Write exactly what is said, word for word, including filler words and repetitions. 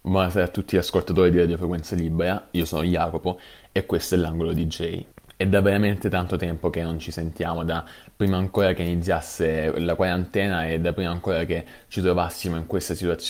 Buonasera a tutti gli ascoltatori di Radio Frequenza Libera, io sono Jacopo e questo è l'angolo D J. È da veramente tanto tempo che non ci sentiamo, da prima ancora che iniziasse la quarantena e da prima ancora che ci trovassimo in questa situazione